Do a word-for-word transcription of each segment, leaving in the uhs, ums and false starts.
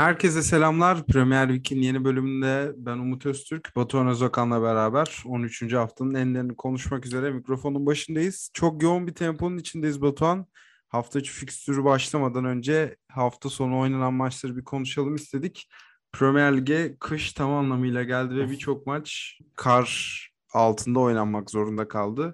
Herkese selamlar. Premier Lig'in yeni bölümünde ben Umut Öztürk, Batuhan Özokan'la beraber on üçüncü haftanın enlerini konuşmak üzere mikrofonun başındayız. Çok yoğun bir temponun içindeyiz Batuhan. Hafta içi fikstürü başlamadan önce hafta sonu oynanan maçları bir konuşalım istedik. Premier Lig'e kış tam anlamıyla geldi ve birçok maç kar altında oynanmak zorunda kaldı.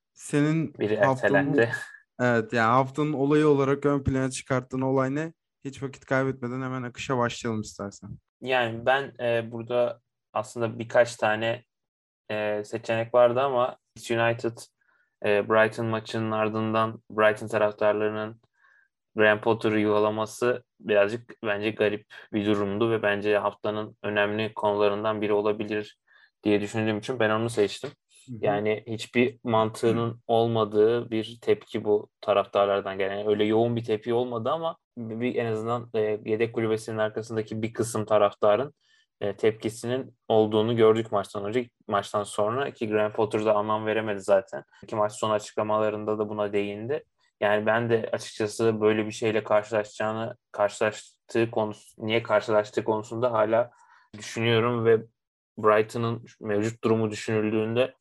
Senin Biri haftanın ertelendi. evet yani haftanın olayı olarak ön plana çıkarttığın olay ne? Hiç vakit kaybetmeden hemen akışa başlayalım istersen. Yani ben e, burada aslında birkaç tane e, seçenek vardı ama Leeds United e, Brighton maçının ardından Brighton taraftarlarının Graham Potter'ı yuvalaması birazcık bence garip bir durumdu ve bence haftanın önemli konularından biri olabilir diye düşündüğüm için ben onu seçtim. Hı hı. Yani hiçbir mantığının olmadığı bir tepki bu taraftarlardan gelen. Yani öyle yoğun bir tepki olmadı ama bir, en azından e, yedek kulübesinin arkasındaki bir kısım taraftarın e, tepkisinin olduğunu gördük maçtan önce. Maçtan sonra ki Graham Potter da anlam veremedi zaten. İki maç son açıklamalarında da buna değindi. Yani ben de açıkçası böyle bir şeyle karşılaşacağını, karşılaştığı konusu, niye karşılaştığı konusunda hala düşünüyorum ve Brighton'ın mevcut durumu düşünüldüğünde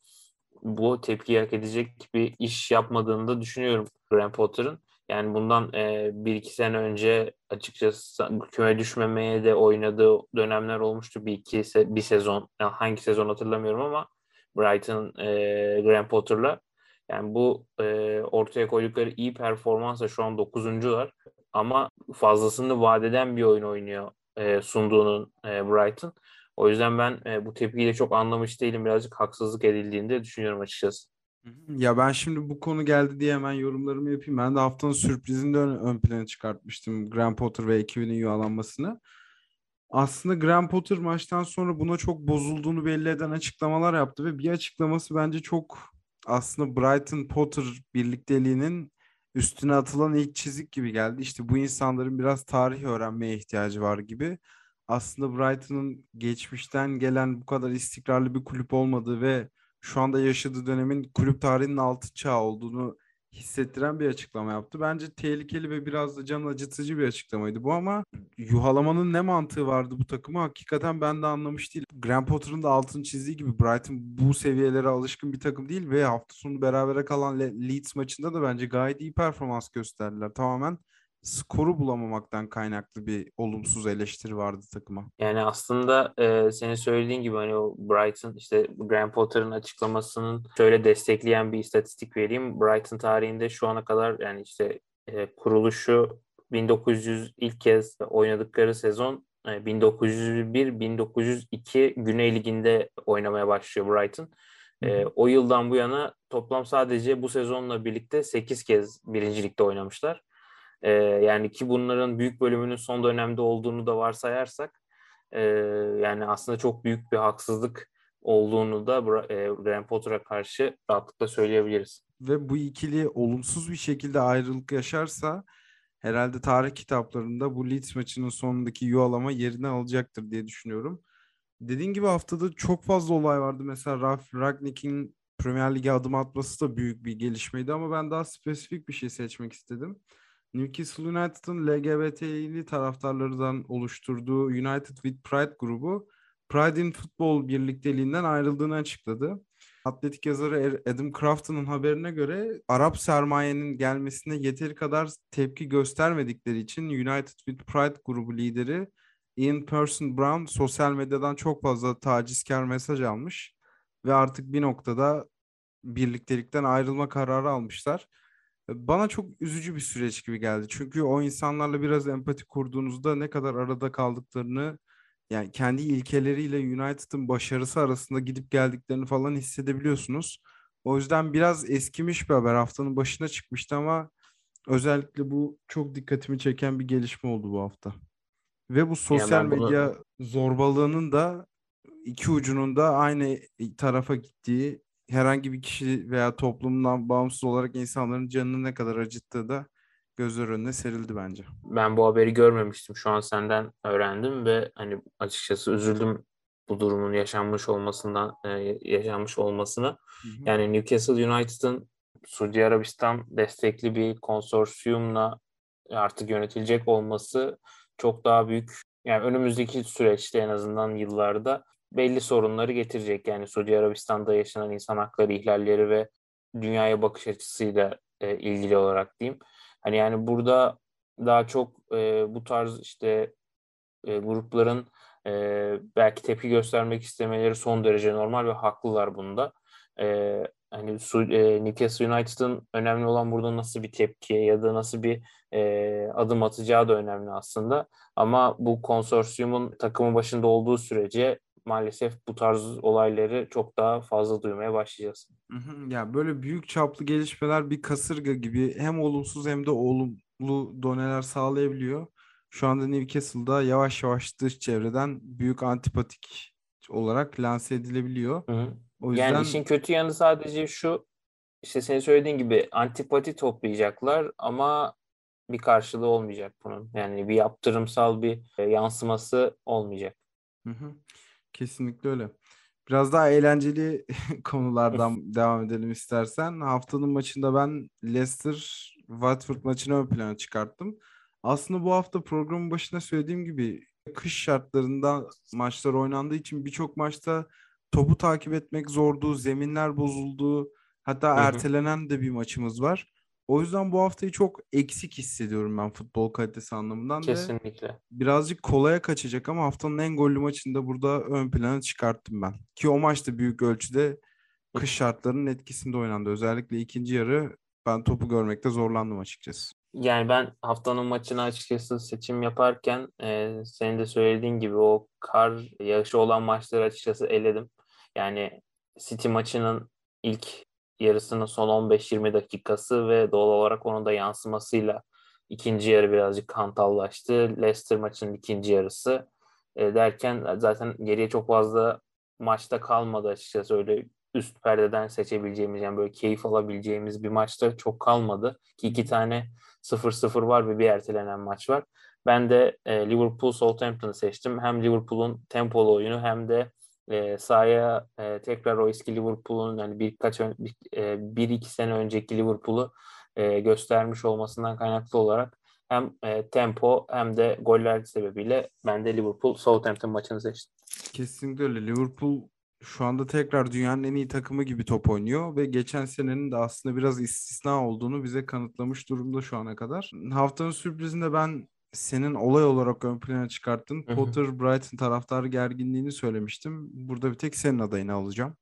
bu tepkiyi hak edecek bir iş yapmadığını da düşünüyorum Graham Potter'ın. Yani bundan e, bir iki sene önce açıkçası küme düşmemeye de oynadığı dönemler olmuştu. Bir iki se- bir sezon, yani hangi sezon hatırlamıyorum ama Brighton e, Graham Potter'la. Yani bu e, ortaya koydukları iyi performansla şu an dokuzuncular. Ama fazlasını vaat eden bir oyun oynuyor e, sunduğunun e, Brighton. O yüzden ben e, bu tepkiyi de çok anlamış değilim. Birazcık haksızlık edildiğini de düşünüyorum açıkçası. Hı hı. Ya ben şimdi bu konu geldi diye hemen yorumlarımı yapayım. Ben de haftanın sürprizini de ön, ön plana çıkartmıştım. Graham Potter ve ekibinin yuvalanmasını. Aslında Graham Potter maçtan sonra buna çok bozulduğunu belli eden açıklamalar yaptı ve bir açıklaması bence çok aslında Brighton Potter birlikteliğinin üstüne atılan ilk çizik gibi geldi. İşte bu insanların biraz tarih öğrenmeye ihtiyacı var gibi. Aslında Brighton'ın geçmişten gelen bu kadar istikrarlı bir kulüp olmadığı ve şu anda yaşadığı dönemin kulüp tarihinin altı çağı olduğunu hissettiren bir açıklama yaptı. Bence tehlikeli ve biraz da can acıtıcı bir açıklamaydı bu ama yuhalamanın ne mantığı vardı bu takıma hakikaten ben de anlamış değilim. Graham Potter'ın da altını çizdiği gibi Brighton bu seviyelere alışkın bir takım değil ve hafta sonu berabere kalan Le- Leeds maçında da bence gayet iyi performans gösterdiler. Tamamen skoru bulamamaktan kaynaklı bir olumsuz eleştiri vardı takıma. Yani aslında e, senin söylediğin gibi hani o Brighton işte Graham Potter'ın açıklamasının şöyle destekleyen bir istatistik vereyim. Brighton tarihinde şu ana kadar yani işte e, kuruluşu bin dokuz yüz ilk kez oynadıkları sezon e, bin dokuz yüz bir-bin dokuz yüz iki Güney Ligi'nde oynamaya başlıyor Brighton. Hı E, hı. o yıldan bu yana toplam sadece bu sezonla birlikte sekiz kez birinci Lig'de oynamışlar. E, yani ki bunların büyük bölümünün son dönemde olduğunu da varsayarsak e, yani aslında çok büyük bir haksızlık olduğunu da Bra- e, Graham Potter'a karşı rahatlıkla söyleyebiliriz. Ve bu ikili olumsuz bir şekilde ayrılık yaşarsa herhalde tarih kitaplarında bu Leeds maçının sonundaki yuvalama yerini alacaktır diye düşünüyorum. Dediğin gibi haftada çok fazla olay vardı. Mesela Ralf Rangnick'in Premier Lig'e adım atması da büyük bir gelişmeydi ama ben daha spesifik bir şey seçmek istedim. Newcastle United'ın L G B T'li taraftarlarından oluşturduğu United with Pride grubu Pride in Football birlikteliğinden ayrıldığını açıkladı. Atletik yazarı Er- Adam Crafton'ın haberine göre Arap sermayenin gelmesine yeteri kadar tepki göstermedikleri için United with Pride grubu lideri Ian Person Brown sosyal medyadan çok fazla tacizkar mesaj almış ve artık bir noktada birliktelikten ayrılma kararı almışlar. Bana çok üzücü bir süreç gibi geldi. Çünkü o insanlarla biraz empati kurduğunuzda ne kadar arada kaldıklarını yani kendi ilkeleriyle United'ın başarısı arasında gidip geldiklerini falan hissedebiliyorsunuz. O yüzden biraz eskimiş bir haber. Haftanın başına çıkmıştı ama özellikle bu çok dikkatimi çeken bir gelişme oldu bu hafta. Ve bu Yani sosyal ben bunu medya zorbalığının da iki ucunun da aynı tarafa gittiği herhangi bir kişi veya toplumdan bağımsız olarak insanların canını ne kadar acıttığı da gözler önüne serildi bence. ben bu haberi görmemiştim. Şu an senden öğrendim ve hani açıkçası üzüldüm bu durumun yaşanmış olmasından e, yaşanmış olmasına. Hı hı. Yani Newcastle United'ın Suudi Arabistan destekli bir konsorsiyumla artık yönetilecek olması çok daha büyük Yani önümüzdeki süreçte en azından yıllarda belli sorunları getirecek. Yani Suudi Arabistan'da yaşanan insan hakları ihlalleri ve dünyaya bakış açısıyla e, ilgili olarak diyeyim. Hani yani burada daha çok e, bu tarz işte e, grupların e, belki tepki göstermek istemeleri son derece normal ve haklılar bunda. E, hani Su- e, Newcastle United'ın önemli olan burada nasıl bir tepki ya da nasıl bir e, adım atacağı da önemli aslında. Ama bu konsorsiyumun takımın başında olduğu sürece maalesef bu tarz olayları çok daha fazla duymaya başlayacağız. Hı hı. Ya böyle büyük çaplı gelişmeler bir kasırga gibi hem olumsuz hem de olumlu doneler sağlayabiliyor. Şu anda Newcastle'da yavaş yavaş dış çevreden büyük antipatik olarak lanse edilebiliyor. Hı hı. O Yani yüzden işin kötü yanı sadece şu, işte senin söylediğin gibi antipati toplayacaklar ama bir karşılığı olmayacak bunun. Yani bir yaptırımsal bir e, yansıması olmayacak. hı hı, kesinlikle öyle. Biraz daha eğlenceli konulardan devam edelim istersen. Haftanın maçında ben Leicester Watford maçını ön plana çıkarttım. Aslında bu hafta programın başında söylediğim gibi kış şartlarında maçlar oynandığı için birçok maçta topu takip etmek zordu, zeminler bozuldu. Hatta Hı hı. ertelenen de bir maçımız var. O yüzden bu haftayı çok eksik hissediyorum ben futbol kalitesi anlamından ve Kesinlikle. birazcık kolaya kaçacak ama haftanın en gollü maçını da burada ön plana çıkarttım ben. Ki o maç da büyük ölçüde kış şartlarının etkisinde oynandı. Özellikle ikinci yarı ben topu görmekte zorlandım açıkçası. Yani ben haftanın maçını açıkçası seçim yaparken e, senin de söylediğin gibi o kar yağışı olan maçları açıkçası eledim. Yani City maçının ilk yarısının son on beş yirmi dakikası ve doğal olarak onun da yansımasıyla ikinci yarı birazcık hantallaştı. Leicester maçının ikinci yarısı e, derken zaten geriye çok fazla maçta kalmadı açıkçası, öyle üst perdeden seçebileceğimiz yani böyle keyif alabileceğimiz bir maçta çok kalmadı ki iki tane sıfır sıfır var ve bir ertelenen maç var. Ben de e, Liverpool Southampton'ı seçtim. Hem Liverpool'un tempolu oyunu hem de e, sahaya e, tekrar o eski Liverpool'un yani birkaç ön, bir, e, bir iki sene önceki Liverpool'u e, göstermiş olmasından kaynaklı olarak hem e, tempo hem de goller sebebiyle ben de Liverpool Southampton maçını seçtim. Kesinlikle öyle. Liverpool şu anda tekrar dünyanın en iyi takımı gibi top oynuyor ve geçen senenin de aslında biraz istisna olduğunu bize kanıtlamış durumda şu ana kadar. Haftanın sürprizinde ben senin olay olarak ön plana çıkarttığın Hı hı. Potter Brighton taraftarı gerginliğini söylemiştim. Burada bir tek senin adayını alacağım.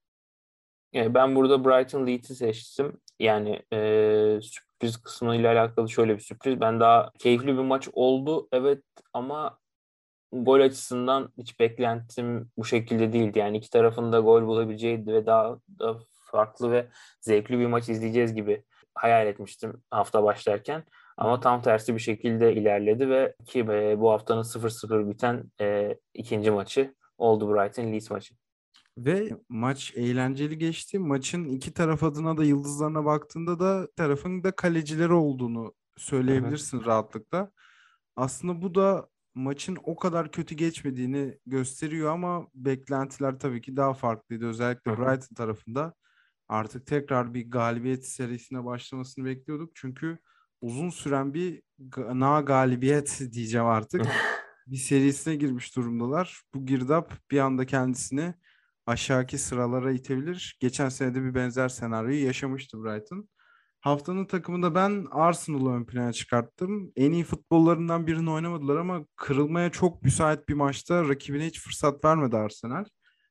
E, Ben burada Brighton Leeds'i seçtim. Yani e, sürpriz kısmıyla alakalı şöyle bir sürpriz. Ben daha keyifli bir maç oldu, evet, ama gol açısından hiç beklentim bu şekilde değildi. Yani iki tarafın da gol bulabileceğiydi ve daha da farklı ve zevkli bir maç izleyeceğiz gibi hayal etmiştim hafta başlarken. Hı Ama hı. tam tersi bir şekilde ilerledi ve ki e, bu haftanın sıfır sıfır biten e, ikinci maçı oldu, Brighton Leeds maçı. Ve maç eğlenceli geçti. Maçın iki taraf adına da yıldızlarına baktığında da tarafın da kalecileri olduğunu Hı hı, söyleyebilirsin rahatlıkla. Aslında bu da maçın o kadar kötü geçmediğini gösteriyor ama beklentiler tabii ki daha farklıydı. hı Özellikle hı. Brighton tarafında artık tekrar bir galibiyet serisine başlamasını bekliyorduk. Çünkü uzun süren bir ga- na galibiyet diyeceğim artık. Bir serisine girmiş durumdalar. Bu girdap bir anda kendisini aşağıki sıralara itebilir. Geçen sene de bir benzer senaryoyu yaşamıştı Brighton. Haftanın takımında ben Arsenal'ı ön plana çıkarttım. En iyi futbollarından birini oynamadılar ama kırılmaya çok müsait bir maçta rakibine hiç fırsat vermedi Arsenal.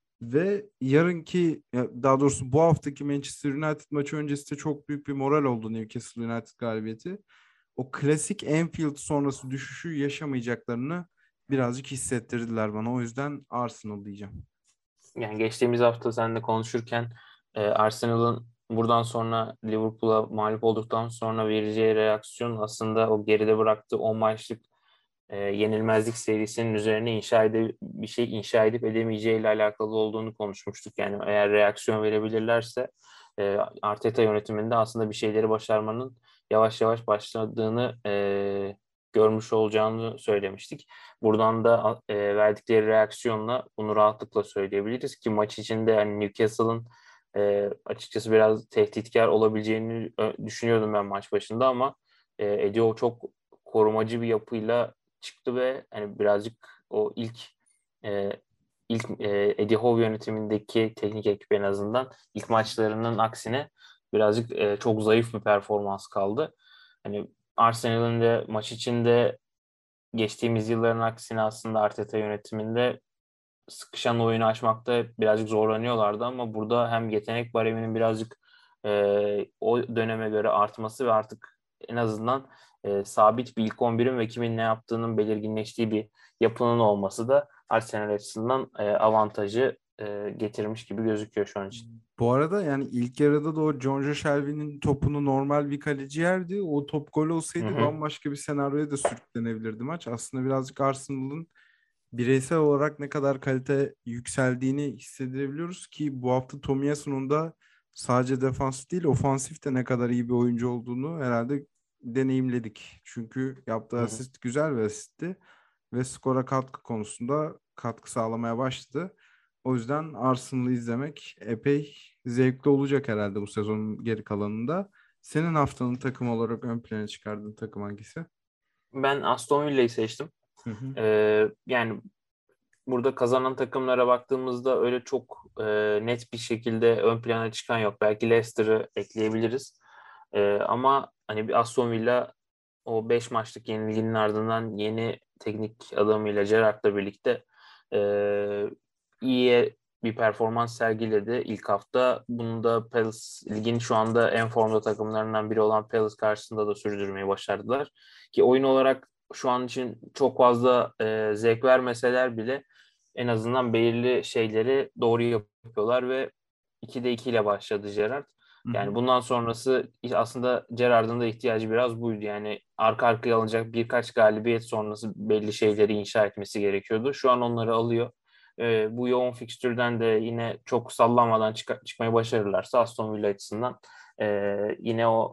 Ve yarınki, daha doğrusu bu haftaki Manchester United maçı öncesinde çok büyük bir moral oldu Newcastle United galibiyeti. O klasik Anfield sonrası düşüşü yaşamayacaklarını birazcık hissettirdiler bana. O yüzden Arsenal diyeceğim. Yani geçtiğimiz hafta seninle konuşurken e, Arsenal'ın buradan sonra Liverpool'a mağlup olduktan sonra vereceği reaksiyon aslında o geride bıraktığı on maçlık e, yenilmezlik serisinin üzerine inşa ede bir şey inşa edip edemeyeceğiyle alakalı olduğunu konuşmuştuk. Yani eğer reaksiyon verebilirlerse e, Arteta yönetiminde aslında bir şeyleri başarmanın yavaş yavaş başladığını e, görmüş olacağını söylemiştik. Buradan da e, verdikleri reaksiyonla bunu rahatlıkla söyleyebiliriz ki maç içinde yani Newcastle'ın e, açıkçası biraz tehditkar olabileceğini e, düşünüyordum ben maç başında ama e, Eddie Howe çok korumacı bir yapıyla çıktı ve hani birazcık o ilk e, ilk e, Eddie Howe yönetimindeki teknik ekip en azından ilk maçlarının aksine birazcık e, çok zayıf bir performans kaldı. Hani Arsenal'in de maç içinde geçtiğimiz yılların aksine aslında Arteta yönetiminde sıkışan oyunu açmakta birazcık zorlanıyorlardı ama burada hem yetenek bareminin birazcık e, o döneme göre artması ve artık en azından e, sabit bir ilk on birin ve kimin ne yaptığının belirginleştiği bir yapının olması da Arsenal açısından e, avantajı e, getirmiş gibi gözüküyor şu an için. Bu arada yani ilk yarıda da o Jonjo Shelvey'nin topunu normal bir kaleci yerdi. O top gol Hı olsaydı hı. bambaşka bir senaryoya da sürüklenebilirdi maç. Aslında birazcık Arsenal'ın bireysel olarak ne kadar kalite yükseldiğini hissedebiliyoruz ki bu hafta Tomiyasu'nun da sadece defans değil ofansif de ne kadar iyi bir oyuncu olduğunu herhalde deneyimledik. Çünkü yaptığı Hı hı. asist güzel bir asistti ve skora katkı konusunda katkı sağlamaya başladı. O yüzden Arsenal'ı izlemek epey zevkli olacak herhalde bu sezonun geri kalanında. Senin haftanın takım olarak ön plana çıkardığın takım hangisi? Ben Aston Villa'yı seçtim. Hı hı. Ee, yani burada kazanan takımlara baktığımızda öyle çok e, net bir şekilde ön plana çıkan yok. Belki Leicester'ı ekleyebiliriz. E, ama hani bir Aston Villa o beş maçlık yenilginin ardından yeni teknik adamıyla Gerrard'la birlikte e, iyi bir performans sergiledi ilk hafta. Bunu da Palace ligin şu anda en formda takımlarından biri olan Palace karşısında da sürdürmeyi başardılar. Ki oyun olarak şu an için çok fazla e, zevk vermeseler bile en azından belirli şeyleri doğru yapıyorlar ve ikide iki ile başladı Gerrard. Hı hı. Yani bundan sonrası aslında Gerrard'ın da ihtiyacı biraz buydu. Yani arka arkaya alınacak birkaç galibiyet sonrası belli şeyleri inşa etmesi gerekiyordu. Şu an onları alıyor. Ee, bu yoğun fikstürden de yine çok sallanmadan çık- çıkmayı başarırlarsa Aston Villa açısından e, yine o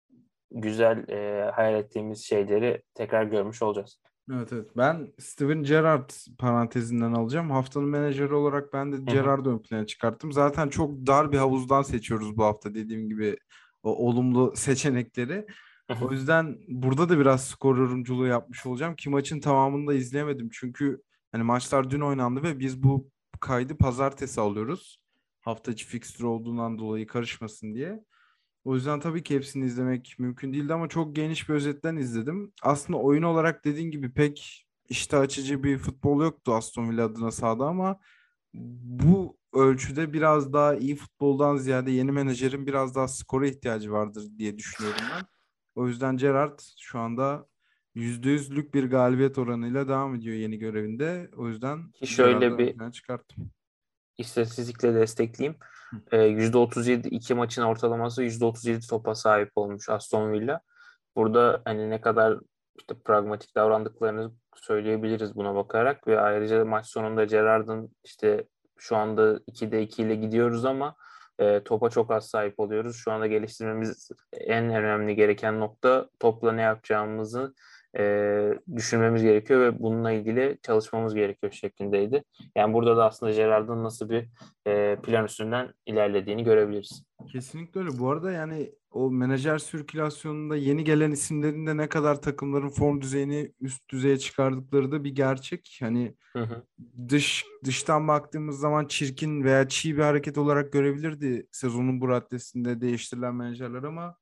güzel e, hayal ettiğimiz şeyleri tekrar görmüş olacağız. Evet, evet. Ben Steven Gerrard parantezinden alacağım. Haftanın menajeri olarak ben de Hı hı, Gerrard'ı ön plana çıkarttım. Zaten çok dar bir havuzdan seçiyoruz bu hafta dediğim gibi o olumlu seçenekleri. hı hı, O yüzden burada da biraz skor yorumculuğu yapmış olacağım ki maçın tamamını da izleyemedim. Çünkü hani maçlar dün oynandı ve biz bu kaydı pazartesi alıyoruz. Hafta içi fikstür olduğundan dolayı karışmasın diye. O yüzden tabii ki hepsini izlemek mümkün değildi ama çok geniş bir özetten izledim. Aslında oyun olarak dediğin gibi pek iştah açıcı bir futbol yoktu Aston Villa adına sahada ama bu ölçüde biraz daha iyi futboldan ziyade yeni menajerin biraz daha skora ihtiyacı vardır diye düşünüyorum ben. O yüzden Gerrard şu anda yüzde yüzlük bir galibiyet oranıyla devam ediyor yeni görevinde. O yüzden Ki Gerrard'ı şöyle ön bir plana çıkarttım. istatistikle destekleyeyim. Hı. Ee, yüzde otuz yedi iki maçın ortalaması yüzde otuz yedi topa sahip olmuş Aston Villa. Burada hani ne kadar işte pragmatik davrandıklarını söyleyebiliriz buna bakarak ve ayrıca maç sonunda Gerrard'ın işte şu anda ikide iki ile gidiyoruz ama e, topa çok az sahip oluyoruz. Şu anda geliştirmemiz en önemli gereken nokta topla ne yapacağımızı e, düşünmemiz gerekiyor ve bununla ilgili çalışmamız gerekiyor şeklindeydi. Yani burada da aslında Gerrard'ın nasıl bir e, plan üstünden ilerlediğini görebiliriz. Kesinlikle öyle. Bu arada yani o menajer sirkülasyonunda yeni gelen isimlerin de ne kadar takımların form düzeyini üst düzeye çıkardıkları da bir gerçek. Hani Hı hı. dış dıştan baktığımız zaman çirkin veya çiğ bir hareket olarak görebilirdi sezonun bu raddesinde değiştirilen menajerler ama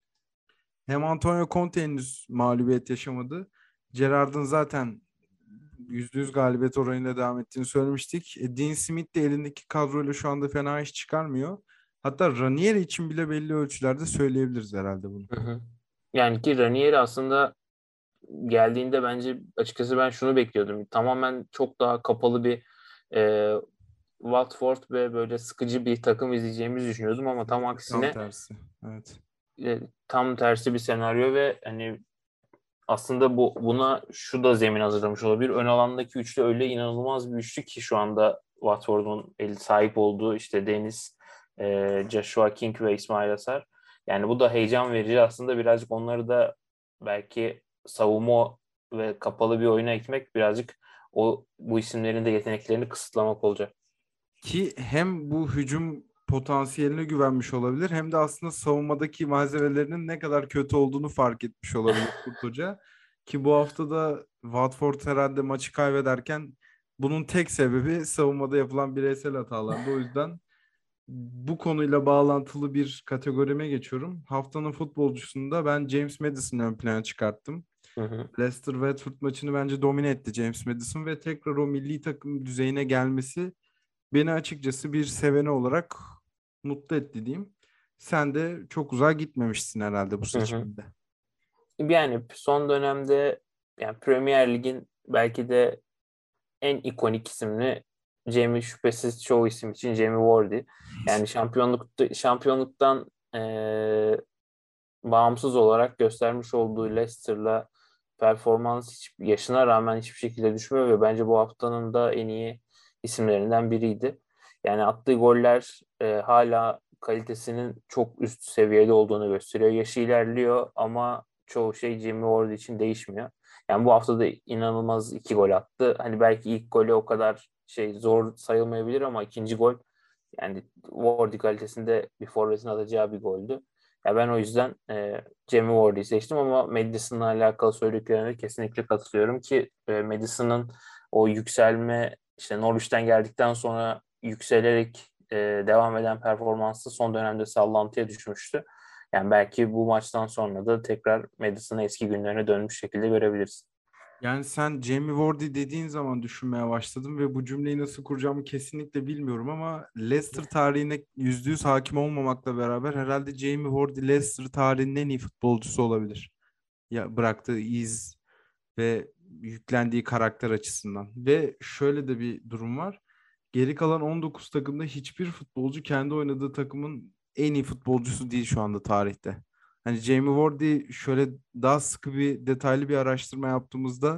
hem Antonio Conte henüz mağlubiyet yaşamadı. Gerrard'ın zaten yüzde yüz galibiyet oranıyla devam ettiğini söylemiştik. E, Dean Smith de elindeki kadroyla şu anda fena iş çıkarmıyor. Hatta Ranieri için bile belli ölçülerde söyleyebiliriz herhalde bunu. Hı hı. Yani ki Ranieri aslında geldiğinde bence açıkçası ben şunu bekliyordum. Tamamen çok daha kapalı bir e, Watford ve böyle sıkıcı bir takım izleyeceğimizi düşünüyordum ama tam Tam aksine tersi. Evet. e, tam tersi bir senaryo ve hani aslında bu buna şu da zemin hazırlamış olabilir. Ön alandaki üçlü öyle inanılmaz bir üçlü ki şu anda Watford'un el sahip olduğu işte Deniz, e, Joshua King ve İsmail Asar. Yani bu da heyecan verici. Aslında birazcık onları da belki savunma ve kapalı bir oyuna ekmek birazcık o bu isimlerin de yeteneklerini kısıtlamak olacak. Ki hem bu hücum potansiyeline güvenmiş olabilir hem de aslında savunmadaki malzemelerinin ne kadar kötü olduğunu fark etmiş olabilir Kurt Hoca. Ki bu hafta da Watford herhalde maçı kaybederken bunun tek sebebi savunmada yapılan bireysel hatalardı. O yüzden bu konuyla bağlantılı bir kategorime geçiyorum. Haftanın futbolcusunda ben James Maddison'ı ön plana çıkarttım. Hı hı. Leicester Watford maçını bence domine etti James Maddison ve tekrar o milli takım düzeyine gelmesi beni açıkçası bir seveni olarak mutlu etti diyeyim. Sen de çok uzağa gitmemişsin herhalde bu Hı hı. seçiminde. Yani son dönemde yani Premier Lig'in belki de en ikonik isimli Jamie, şüphesiz çoğu isim için Jamie Vardy. Yani şampiyonluk şampiyonluktan eee, bağımsız olarak göstermiş olduğu Leicester'la performans hiç, yaşına rağmen hiçbir şekilde düşmüyor ve bence bu haftanın da en iyi isimlerinden biriydi. Yani attığı goller e, hala kalitesinin çok üst seviyede olduğunu gösteriyor. Yaşı ilerliyor ama çoğu şey Jamie Ward için değişmiyor. Yani bu hafta da inanılmaz iki gol attı. Hani belki ilk golü o kadar şey zor sayılmayabilir ama ikinci gol yani Wardy kalitesinde bir forvetin atacağı bir goldü. Ya ben o yüzden e, Jamie Vardy'yi seçtim ama Madison'la alakalı söylediklerine kesinlikle katılıyorum ki e, Madison'ın o yükselme işte Norwich'ten geldikten sonra yükselerek e, devam eden performansı son dönemde sallantıya düşmüştü. Yani belki bu maçtan sonra da tekrar Madison'ı eski günlerine dönmüş şekilde görebiliriz. Yani sen Jamie Vardy dediğin zaman düşünmeye başladım ve bu cümleyi nasıl kuracağımı kesinlikle bilmiyorum ama Leicester tarihine yüzde yüz hakim olmamakla beraber herhalde Jamie Vardy Leicester tarihinin en iyi futbolcusu olabilir. Ya bıraktığı iz ve yüklendiği karakter açısından. Ve şöyle de bir durum var. Geri kalan on dokuz takımda hiçbir futbolcu kendi oynadığı takımın en iyi futbolcusu değil şu anda tarihte. Hani Jamie Vardy şöyle daha sıkı bir detaylı bir araştırma yaptığımızda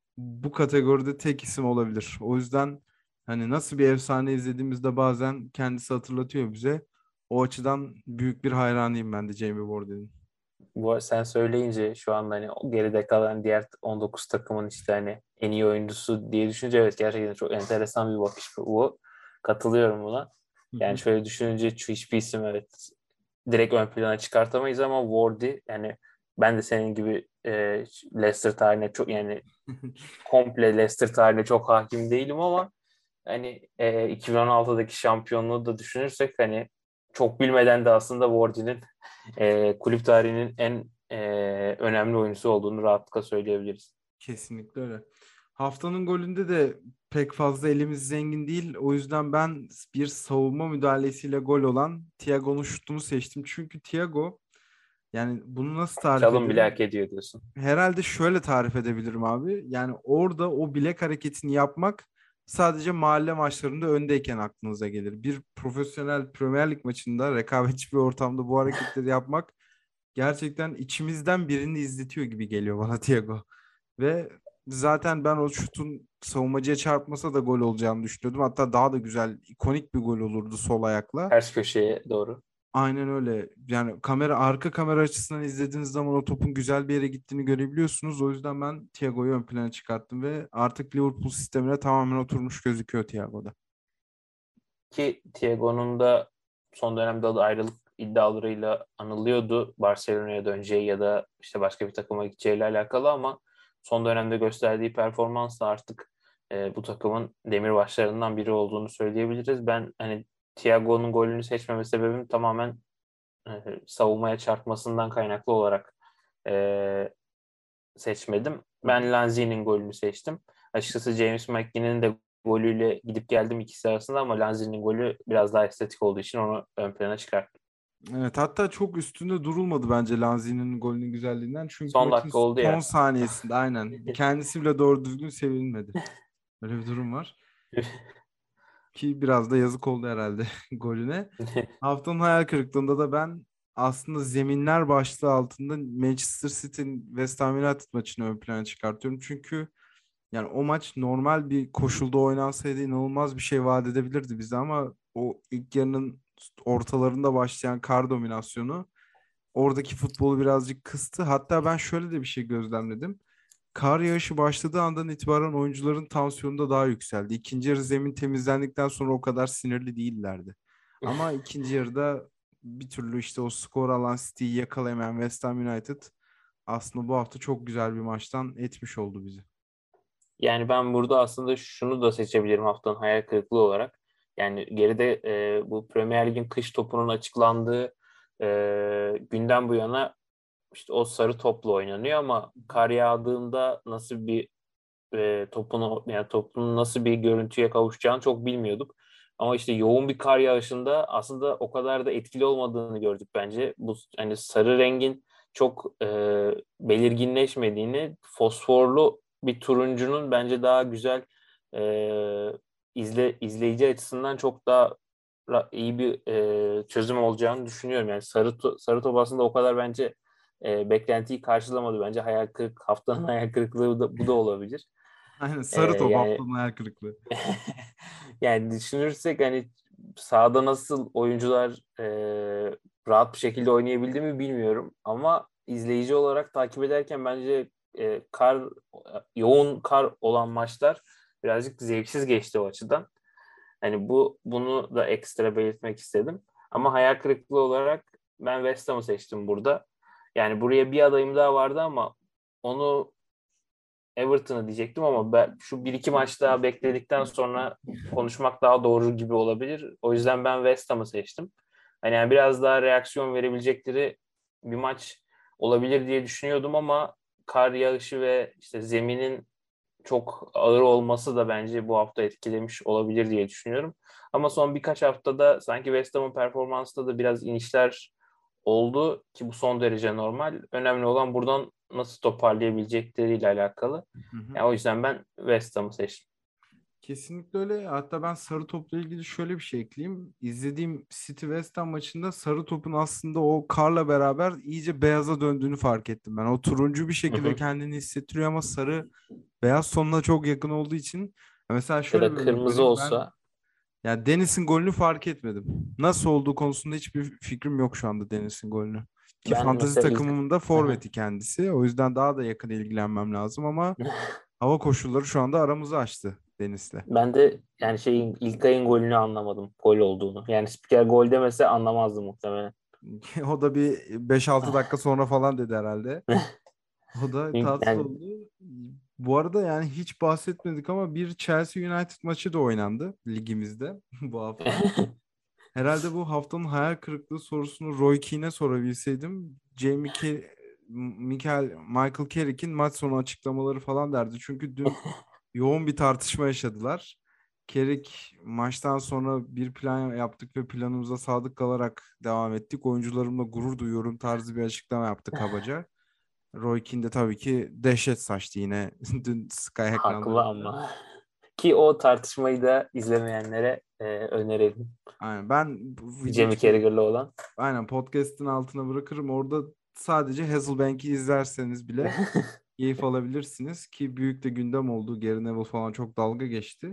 bu kategoride tek isim olabilir. O yüzden hani nasıl bir efsane izlediğimizde bazen kendisi hatırlatıyor bize. O açıdan büyük bir hayranıyım ben de Jamie Vardy'nin. Bu sen söyleyince şu anda hani o geride kalan diğer on dokuz takımın işte hani en iyi oyuncusu diye düşününce evet gerçekten çok enteresan bir bakış bu. Katılıyorum buna. Hı Yani hı. şöyle düşününce şu hiçbir isim evet direkt ön plana çıkartamayız ama Wardy yani ben de senin gibi e, Leicester tarihine çok yani komple Leicester tarihine çok hakim değilim ama hani e, iki bin on altıdaki şampiyonluğu da düşünürsek hani çok bilmeden de aslında Wardy'nin e, kulüp tarihinin en e, önemli oyuncusu olduğunu rahatlıkla söyleyebiliriz. Kesinlikle öyle. Haftanın golünde de pek fazla elimiz zengin değil. O yüzden ben bir savunma müdahalesiyle gol olan Thiago'nun şutunu seçtim. Çünkü Thiago yani bunu nasıl tarif Çalım bile ederim? hak ediyor diyorsun. Herhalde şöyle tarif edebilirim abi. Yani orada o bilek hareketini yapmak sadece mahalle maçlarında öndeyken aklınıza gelir. Bir profesyonel Premier Lig maçında rekabetçi bir ortamda bu hareketleri yapmak gerçekten içimizden birini izletiyor gibi geliyor bana Thiago. Ve zaten ben o şutun savunmacıya çarpmasa da gol olacağını düşünüyordum. Hatta daha da güzel, ikonik bir gol olurdu sol ayakla. Ters köşeye doğru. Aynen öyle. Yani kamera arka kamera açısından izlediğiniz zaman o topun güzel bir yere gittiğini görebiliyorsunuz. O yüzden ben Thiago'yu ön plana çıkarttım ve artık Liverpool sistemine tamamen oturmuş gözüküyor Thiago'da. Ki Thiago'nun da son dönemde adı ayrılık iddialarıyla anılıyordu. Barcelona'ya döneceği ya da işte başka bir takıma gideceğiyle alakalı ama son dönemde gösterdiği performansla artık e, bu takımın demirbaşlarından biri olduğunu söyleyebiliriz. Ben hani Thiago'nun golünü seçmeme sebebim tamamen e, savunmaya çarpmasından kaynaklı olarak e, seçmedim. Hı hı. Ben Lanzini'nin golünü seçtim. Açıkçası James McGinn'in de golüyle gidip geldim ikisi arasında ama Lanzini'nin golü biraz daha estetik olduğu için onu ön plana çıkarttım. Evet, hatta çok üstünde durulmadı bence Lanzini'nin golünün güzelliğinden. Çünkü Son maçın dakika oldu son ya. saniyesinde aynen kendisi bile doğru düzgün sevilmedi. Öyle bir durum var. Ki biraz da yazık oldu herhalde golüne. Haftanın hayal kırıklığında da ben aslında zeminler başlığı altında Manchester City West Ham United maçını ön plana çıkartıyorum. Çünkü yani o maç normal bir koşulda oynansaydı inanılmaz bir şey vaat edebilirdi bize ama o ilk yarının ortalarında başlayan kar dominasyonu oradaki futbolu birazcık kıstı. Hatta ben şöyle de bir şey gözlemledim. Kar yağışı başladığı andan itibaren oyuncuların tansiyonu da daha yükseldi. İkinci yarı zemin temizlendikten sonra o kadar sinirli değillerdi. Ama ikinci yarıda bir türlü işte o skor alan City'yi yakalayamayan West Ham United aslında bu hafta çok güzel bir maçtan etmiş oldu bizi. Yani ben burada aslında şunu da seçebilirim haftanın hayal kırıklığı olarak. Yani geride e, bu Premier Lig'in kış topunun açıklandığı e, günden bu yana işte o sarı topla oynanıyor ama kar yağdığında nasıl bir e, topunu yani topunun nasıl bir görüntüye kavuşacağını çok bilmiyorduk. Ama işte yoğun bir kar yağışında aslında o kadar da etkili olmadığını gördük bence. Bu hani sarı rengin çok e, belirginleşmediğini, fosforlu bir turuncunun bence daha güzel e, izle izleyici açısından çok daha ra- iyi bir e, çözüm olacağını düşünüyorum. Yani sarı to- sarı top aslında o kadar bence e, beklentiyi karşılamadı. Bence hayal kırık haftanın hayal kırıklığı da, bu da olabilir. Aynen, E, sarı top yani haftanın hayal kırıklığı. yani düşünürsek hani sahada nasıl oyuncular e, rahat bir şekilde oynayabildi mi bilmiyorum ama izleyici olarak takip ederken bence e, kar yoğun kar olan maçlar birazcık zevksiz geçti o açıdan. Hani bu bunu da ekstra belirtmek istedim. Ama hayal kırıklığı olarak ben West Ham'ı seçtim burada. Yani buraya bir adayım daha vardı ama onu Everton'ı diyecektim ama ben şu bir iki maç daha bekledikten sonra konuşmak daha doğru gibi olabilir. O yüzden ben West Ham'ı seçtim. Hani yani biraz daha reaksiyon verebilecekleri bir maç olabilir diye düşünüyordum ama kar yağışı ve işte zeminin çok ağır olması da bence bu hafta etkilemiş olabilir diye düşünüyorum. Ama son birkaç haftada sanki West Ham'ın performansında da biraz inişler oldu ki bu son derece normal. Önemli olan buradan nasıl toparlayabilecekleriyle alakalı. Hı hı. Yani o yüzden ben West Ham'ı seçtim. Kesinlikle öyle. Hatta ben sarı topla ilgili şöyle bir şey ekleyeyim. İzlediğim City West Ham maçında sarı topun aslında o karla beraber iyice beyaza döndüğünü fark ettim ben. O turuncu bir Hı şekilde hı. kendini hissettiriyor ama sarı beyaz sonuna çok yakın olduğu için mesela Ya şöyle da bir örnek kırmızı vereyim. Ben olsa ya Dennis'in golünü fark etmedim. Nasıl olduğu konusunda hiçbir fikrim yok şu anda Dennis'in golünü. Ki ben fantezi mesela ilk takımımın da Hı hı. forveti kendisi. O yüzden daha da yakın ilgilenmem lazım ama hava koşulları şu anda aramızı açtı Dennis'le. Ben de yani şeyin İlkay'ın golünü anlamadım. Gol olduğunu. Yani spiker gol demese anlamazdım muhtemelen. O da bir beş altı dakika sonra falan dedi herhalde. O da tatsız Yani oldu. Bu arada yani hiç bahsetmedik ama bir Chelsea United maçı da oynandı ligimizde bu hafta. Herhalde bu haftanın hayal kırıklığı sorusunu Roy Keane'e sorabilseydim Jamie Ke Michael, Michael Carrick'in maç sonu açıklamaları falan derdi. Çünkü dün yoğun bir tartışma yaşadılar. Carrick maçtan sonra bir plan yaptık ve planımıza sadık kalarak devam ettik. Oyuncularımla gurur duyuyorum tarzı bir açıklama yaptı kabaca. Roy Keane de tabii ki dehşet saçtı yine dün Sky haklı ekranlarında. ama. Ki o tartışmayı da izlemeyenlere e, önerelim. Aynen, ben bu video Jamie şey Carragher'lı olan. aynen podcast'ın altına bırakırım. Orada sadece Hasselbank'i izlerseniz bile keyif alabilirsiniz ki büyük de gündem oldu. Gary Neville falan çok dalga geçti.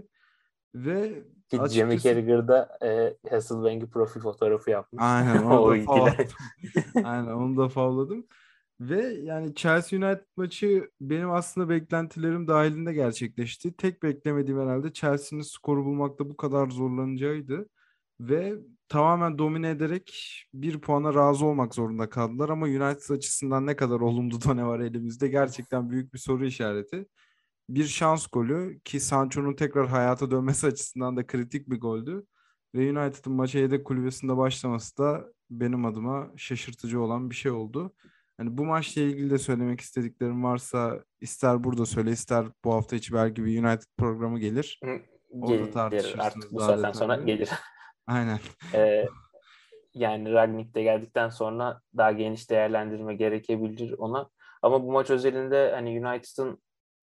Ve Ki Jamie açıkçası Carragher'da e, Hasselbank'i profil fotoğrafı yapmış. aynen onu O da ilgiler. favladım. Aynen onu da favladım. Ve yani Chelsea United maçı benim aslında beklentilerim dahilinde gerçekleşti. Tek beklemediğim herhalde Chelsea'nin skoru bulmakta bu kadar zorlanacağıydı. Ve tamamen domine ederek bir puana razı olmak zorunda kaldılar. Ama United açısından ne kadar olumlu da ne var elimizde gerçekten büyük bir soru işareti. Bir şans golü ki Sancho'nun tekrar hayata dönmesi açısından da kritik bir goldü. Ve United'ın maça yedek kulübesinde başlaması da benim adıma şaşırtıcı olan bir şey oldu. Hani bu maçla ilgili de söylemek istediklerim varsa ister burada söyle ister bu hafta içi belki bir United programı gelir. Orada Gelir artık tartışırsınız bu daha saatten sonra detaylı. gelir. Aynen. E, yani Rangnick de geldikten sonra daha geniş değerlendirme gerekebilir ona. Ama bu maç özelinde hani United'ın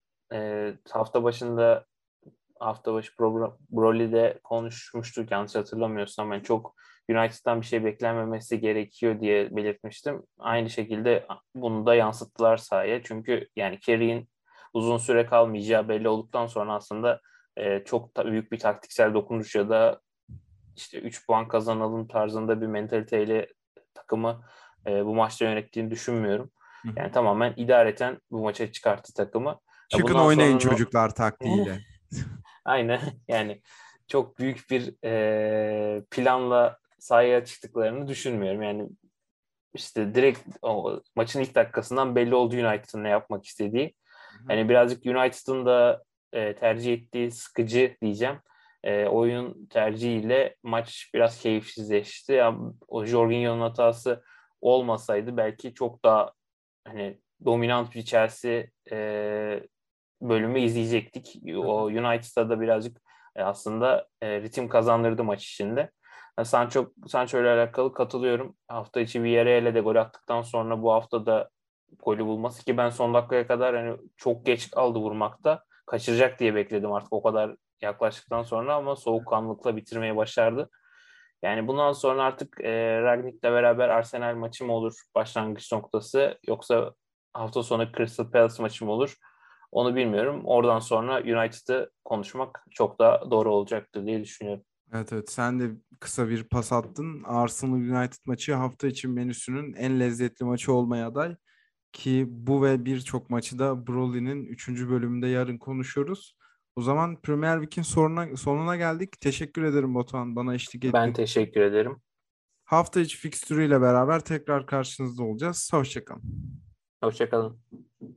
e, hafta başında hafta başı program Broly'de konuşmuştuk yanlış hatırlamıyorsam. Yani çok United'dan bir şey beklenmemesi gerekiyor diye belirtmiştim. Aynı şekilde bunu da yansıttılar sahaya. Çünkü yani Kerry'in uzun süre kalmayacağı belli olduktan sonra aslında e, çok da büyük bir taktiksel dokunuş ya da işte üç puan kazanalım tarzında bir mentaliteyle takımı e, bu maçta yönettiğini düşünmüyorum. Hı hı. Yani tamamen idareten bu maça çıkarttı takımı. Ya Çıkın bundan oynayın sonra no- çocuklar taktiğiyle. Aynen yani çok büyük bir e, planla sahaya çıktıklarını düşünmüyorum. Yani işte direkt o maçın ilk dakikasından belli oldu United'ın ne yapmak istediği. Hı hı. Hani birazcık United'ın da e, tercih ettiği sıkıcı diyeceğim. E, oyun tercihiyle maç biraz keyifsizleşti. Ya, o Jorginho'nun hatası olmasaydı belki çok daha hani dominant bir Chelsea e, bölümü izleyecektik. Hı O hı. United'da da birazcık e, aslında e, ritim kazandırdı maç içinde. Yani Sancho, Sancho ile alakalı katılıyorum. Hafta içi Villarreal'e de gol attıktan sonra bu hafta da golü bulması, ki ben son dakikaya kadar hani çok geç kaldı vurmakta. Kaçıracak diye bekledim artık o kadar yaklaştıktan sonra, ama soğukkanlılıkla bitirmeyi başardı. Yani bundan sonra artık e, Rangnick'le beraber Arsenal maçı mı olur başlangıç noktası, yoksa hafta sonu Crystal Palace maçı mı olur? Onu bilmiyorum. Oradan sonra United'ı konuşmak çok daha doğru olacaktır diye düşünüyorum. Evet, evet, sen de kısa bir pas attın. Arsenal United maçı hafta için menüsünün en lezzetli maçı olmaya aday. Ki bu ve birçok maçı da Broly'nin üçüncü bölümünde yarın konuşuyoruz. O zaman Premier Lig'in sonuna, sonuna geldik. Teşekkür ederim Batuhan, bana eşlik Ben ettiğin için. teşekkür ederim. Hafta içi fikstürüyle beraber tekrar karşınızda olacağız. Hoşça kalın. Hoşça kalın.